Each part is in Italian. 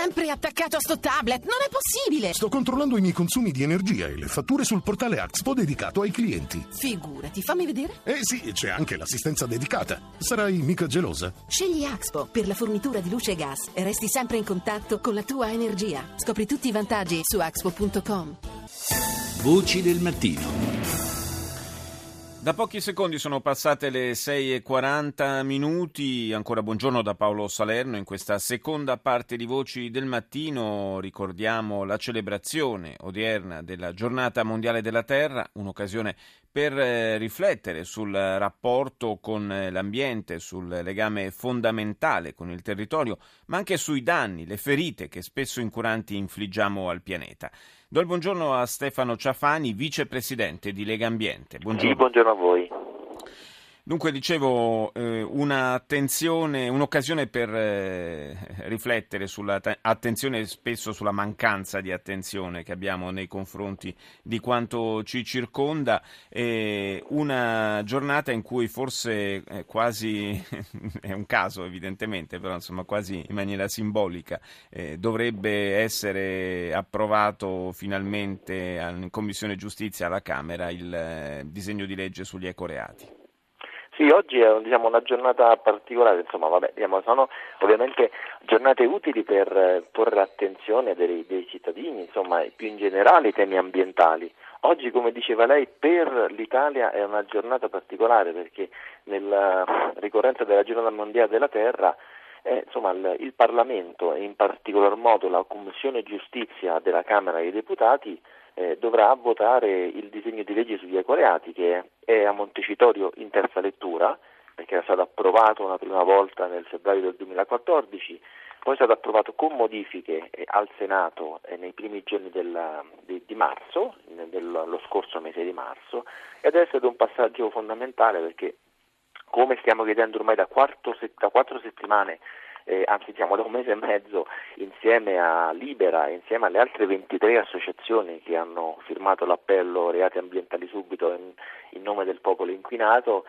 sempre attaccato a sto tablet, non è possibile! Sto controllando i miei consumi di energia e le fatture sul portale Axpo dedicato ai clienti. Figurati, fammi vedere. Sì, c'è anche l'assistenza dedicata. Sarai mica gelosa? Scegli Axpo per la fornitura di luce e gas e resti sempre in contatto con la tua energia. Scopri tutti i vantaggi su axpo.com. Voci del mattino. Da pochi secondi sono passate le 6:40. Ancora buongiorno da Paolo Salerno. In questa seconda parte di Voci del Mattino ricordiamo la celebrazione odierna della Giornata Mondiale della Terra, un'occasione per riflettere sul rapporto con l'ambiente, sul legame fondamentale con il territorio, ma anche sui danni, le ferite che spesso incuranti infliggiamo al pianeta. Do il buongiorno a Stefano Ciafani, vicepresidente di Lega Ambiente. Buongiorno. Sì, buongiorno a voi. Dunque, dicevo, un'occasione per riflettere sulla attenzione, spesso sulla mancanza di attenzione che abbiamo nei confronti di quanto ci circonda, una giornata in cui forse quasi, è un caso evidentemente, però insomma quasi in maniera simbolica, dovrebbe essere approvato finalmente in Commissione Giustizia alla Camera il disegno di legge sugli ecoreati. Sì, oggi è una giornata particolare, sono ovviamente giornate utili per porre l'attenzione dei cittadini, più in generale i temi ambientali. Oggi, come diceva lei, per l'Italia è una giornata particolare perché nella ricorrenza della Giornata Mondiale della Terra il Parlamento e in particolar modo la Commissione Giustizia della Camera dei Deputati dovrà votare il disegno di legge sugli ecoreati che è a Montecitorio in terza lettura, perché era stato approvato una prima volta nel febbraio del 2014, poi è stato approvato con modifiche al Senato nei primi giorni di marzo, lo scorso mese di marzo, ed è stato un passaggio fondamentale perché, come stiamo chiedendo ormai da 4 settimane, anzi siamo da un mese e mezzo, insieme a Libera e insieme alle altre 23 associazioni che hanno firmato l'appello Reati ambientali subito in nome del popolo inquinato,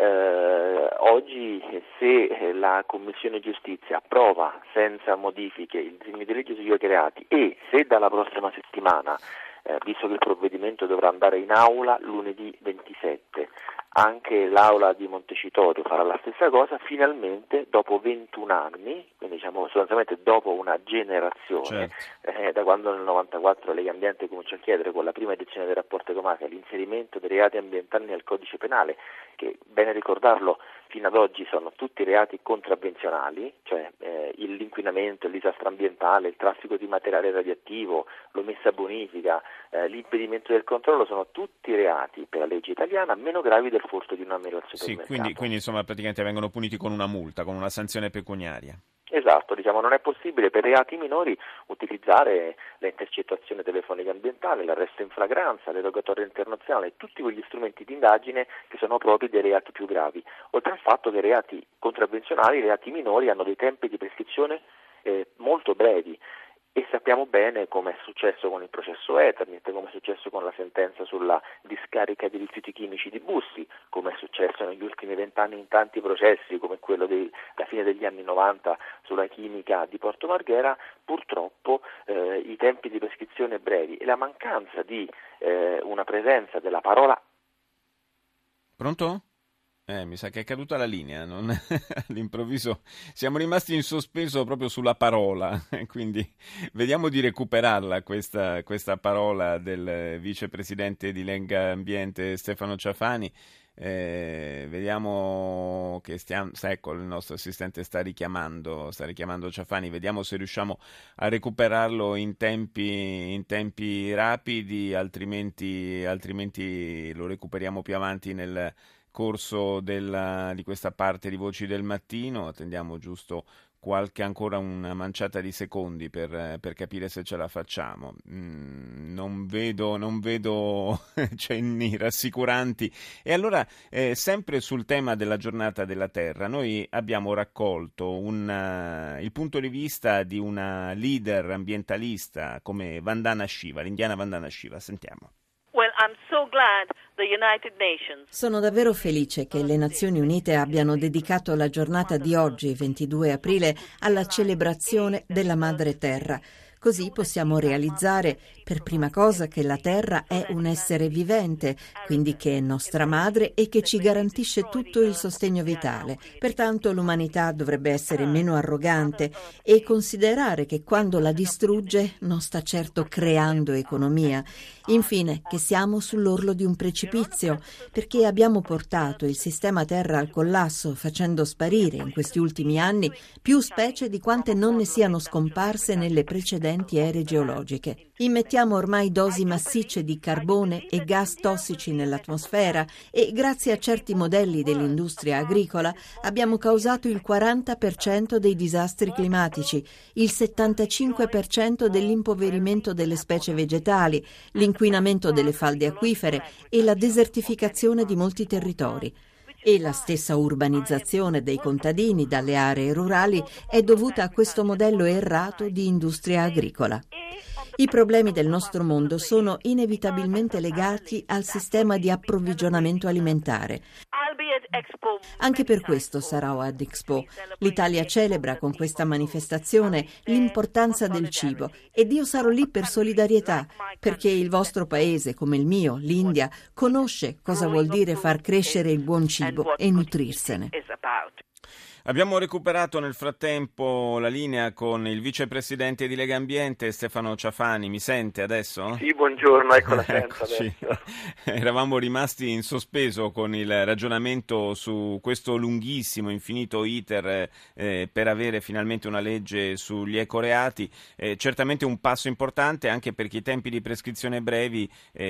oggi se la Commissione Giustizia approva senza modifiche il disegno di legge sugli ecoreati e se dalla prossima settimana, visto che il provvedimento dovrà andare in aula lunedì 27, anche l'aula di Montecitorio farà la stessa cosa, finalmente dopo 21 anni, quindi sostanzialmente dopo una generazione, certo. Da quando nel 94 Lega Ambiente cominciò a chiedere con la prima edizione del rapporto Ecomafia l'inserimento dei reati ambientali nel codice penale, che bene ricordarlo fino ad oggi sono tutti reati contravvenzionali, cioè l'inquinamento, il disastro ambientale, il traffico di materiale radioattivo, l'omessa bonifica, l'impedimento del controllo, sono tutti reati per la legge italiana meno gravi del furto di una meravigliosa supermercato. Quindi praticamente vengono puniti con una multa, con una sanzione pecuniaria. Esatto, non è possibile per reati minori utilizzare le intercettazioni telefoniche ambientali, l'arresto in flagranza, le rogatorie internazionali, tutti quegli strumenti di indagine che sono propri dei reati più gravi, oltre al fatto che i reati contravvenzionali, i reati minori hanno dei tempi di prescrizione molto brevi. E sappiamo bene come è successo con il processo Eternit, come è successo con la sentenza sulla discarica di rifiuti chimici di Bussi, come è successo negli ultimi 20 anni in tanti processi, come quello della fine degli anni 90 sulla chimica di Porto Marghera. Purtroppo i tempi di prescrizione brevi e la mancanza di una presenza della parola. Pronto? Mi sa che è caduta la linea, all'improvviso siamo rimasti in sospeso proprio sulla parola, quindi vediamo di recuperarla questa parola del vicepresidente di Lega Ambiente Stefano Ciafani. Vediamo che ecco, il nostro assistente sta richiamando Ciafani, vediamo se riusciamo a recuperarlo in tempi rapidi, altrimenti lo recuperiamo più avanti nel corso di questa parte di Voci del Mattino. Attendiamo giusto ancora una manciata di secondi per capire se ce la facciamo. Non vedo cenni rassicuranti. E allora, sempre sul tema della Giornata della Terra, noi abbiamo raccolto il punto di vista di una leader ambientalista come Vandana Shiva, l'indiana Vandana Shiva. Sentiamo. Well, I'm so glad Sono davvero felice che le Nazioni Unite abbiano dedicato la giornata di oggi, 22 aprile, alla celebrazione della Madre Terra. Così possiamo realizzare, per prima cosa, che la Terra è un essere vivente, quindi che è nostra madre e che ci garantisce tutto il sostegno vitale. Pertanto l'umanità dovrebbe essere meno arrogante e considerare che quando la distrugge non sta certo creando economia. Infine, che siamo sull'orlo di un precipizio, perché abbiamo portato il sistema Terra al collasso, facendo sparire in questi ultimi anni più specie di quante non ne siano scomparse nelle precedenti ere geologiche. Immettiamo ormai dosi massicce di carbone e gas tossici nell'atmosfera e grazie a certi modelli dell'industria agricola abbiamo causato il 40% dei disastri climatici, il 75% dell'impoverimento delle specie vegetali, l'inquinamento delle falde acquifere e la desertificazione di molti territori. E la stessa urbanizzazione dei contadini dalle aree rurali è dovuta a questo modello errato di industria agricola. I problemi del nostro mondo sono inevitabilmente legati al sistema di approvvigionamento alimentare. Anche per questo sarò ad Expo. L'Italia celebra con questa manifestazione l'importanza del cibo ed io sarò lì per solidarietà, perché il vostro paese, come il mio, l'India, conosce cosa vuol dire far crescere il buon cibo e nutrirsene. Abbiamo recuperato nel frattempo la linea con il vicepresidente di Lega Ambiente, Stefano Ciafani. Mi sente adesso? Sì, buongiorno, eccola senza Eccoci. adesso. Eravamo rimasti in sospeso con il ragionamento su questo lunghissimo, infinito iter per avere finalmente una legge sugli ecoreati. Certamente un passo importante, anche perché i tempi di prescrizione brevi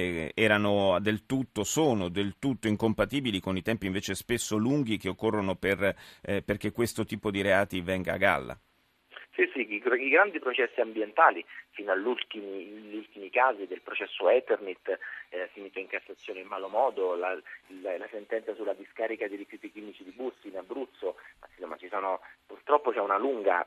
sono del tutto incompatibili con i tempi invece spesso lunghi che occorrono perché questo tipo di reati venga a galla. Sì, i grandi processi ambientali, fino agli ultimi casi del processo Eternit, finito in Cassazione in malo modo, la sentenza sulla discarica di rifiuti chimici di Bussi in Abruzzo, insomma purtroppo c'è una lunga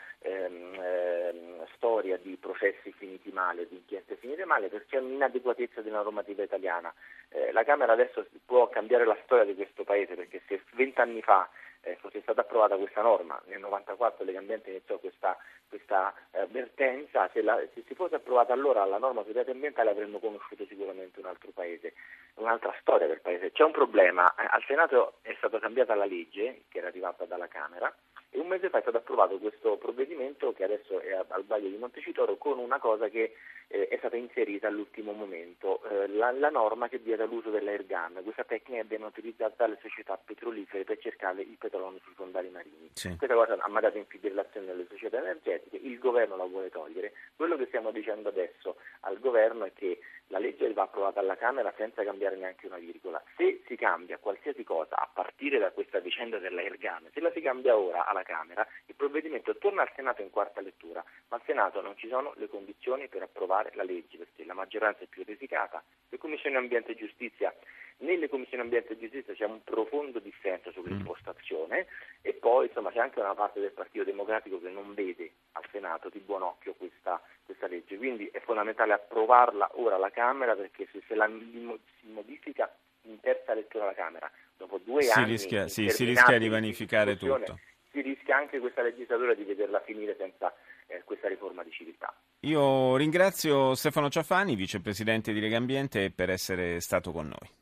storia di processi finiti male, di inchieste finite male, perché c'è un'inadeguatezza della normativa italiana. La Camera adesso può cambiare la storia di questo Paese, perché se 20 anni fa fosse stata approvata questa norma, nel 94 Lega Ambiente iniziò questa vertenza, se si fosse approvata allora la norma sui reati ambientali avremmo conosciuto sicuramente un altro paese, un'altra storia del paese. C'è un problema, al Senato è stata cambiata la legge che era arrivata dalla Camera e un mese fa è stato approvato questo provvedimento che adesso è al vaglio di Montecitorio con una cosa che è stata inserita all'ultimo momento, la norma che vieta l'uso dell'air gun. Questa tecnica viene utilizzata dalle società petrolifere per cercare il petrolio sui fondali marini. Sì. Questa cosa ha mandato in fibrillazione delle società energetiche, il governo la vuole togliere. Quello che stiamo dicendo adesso al governo è che la legge va approvata alla Camera senza cambiare neanche una virgola. Se si cambia qualsiasi cosa, a partire da questa vicenda dell'air gun, se la si cambia ora alla Camera, il provvedimento torna al Senato in quarta lettura, ma al Senato non ci sono le condizioni per approvare la legge, perché la maggioranza è più risicata. Le commissioni ambiente e giustizia, nelle commissioni ambiente e giustizia c'è un profondo dissenso sull'impostazione e poi insomma c'è anche una parte del Partito Democratico che non vede al Senato di buon occhio questa legge, quindi è fondamentale approvarla ora alla Camera, perché se si modifica in terza lettura alla Camera dopo 2 anni si rischia di vanificare tutto. Si rischia anche questa legislatura di vederla finire senza questa riforma di civiltà. Io ringrazio Stefano Ciafani, vicepresidente di Lega Ambiente, per essere stato con noi.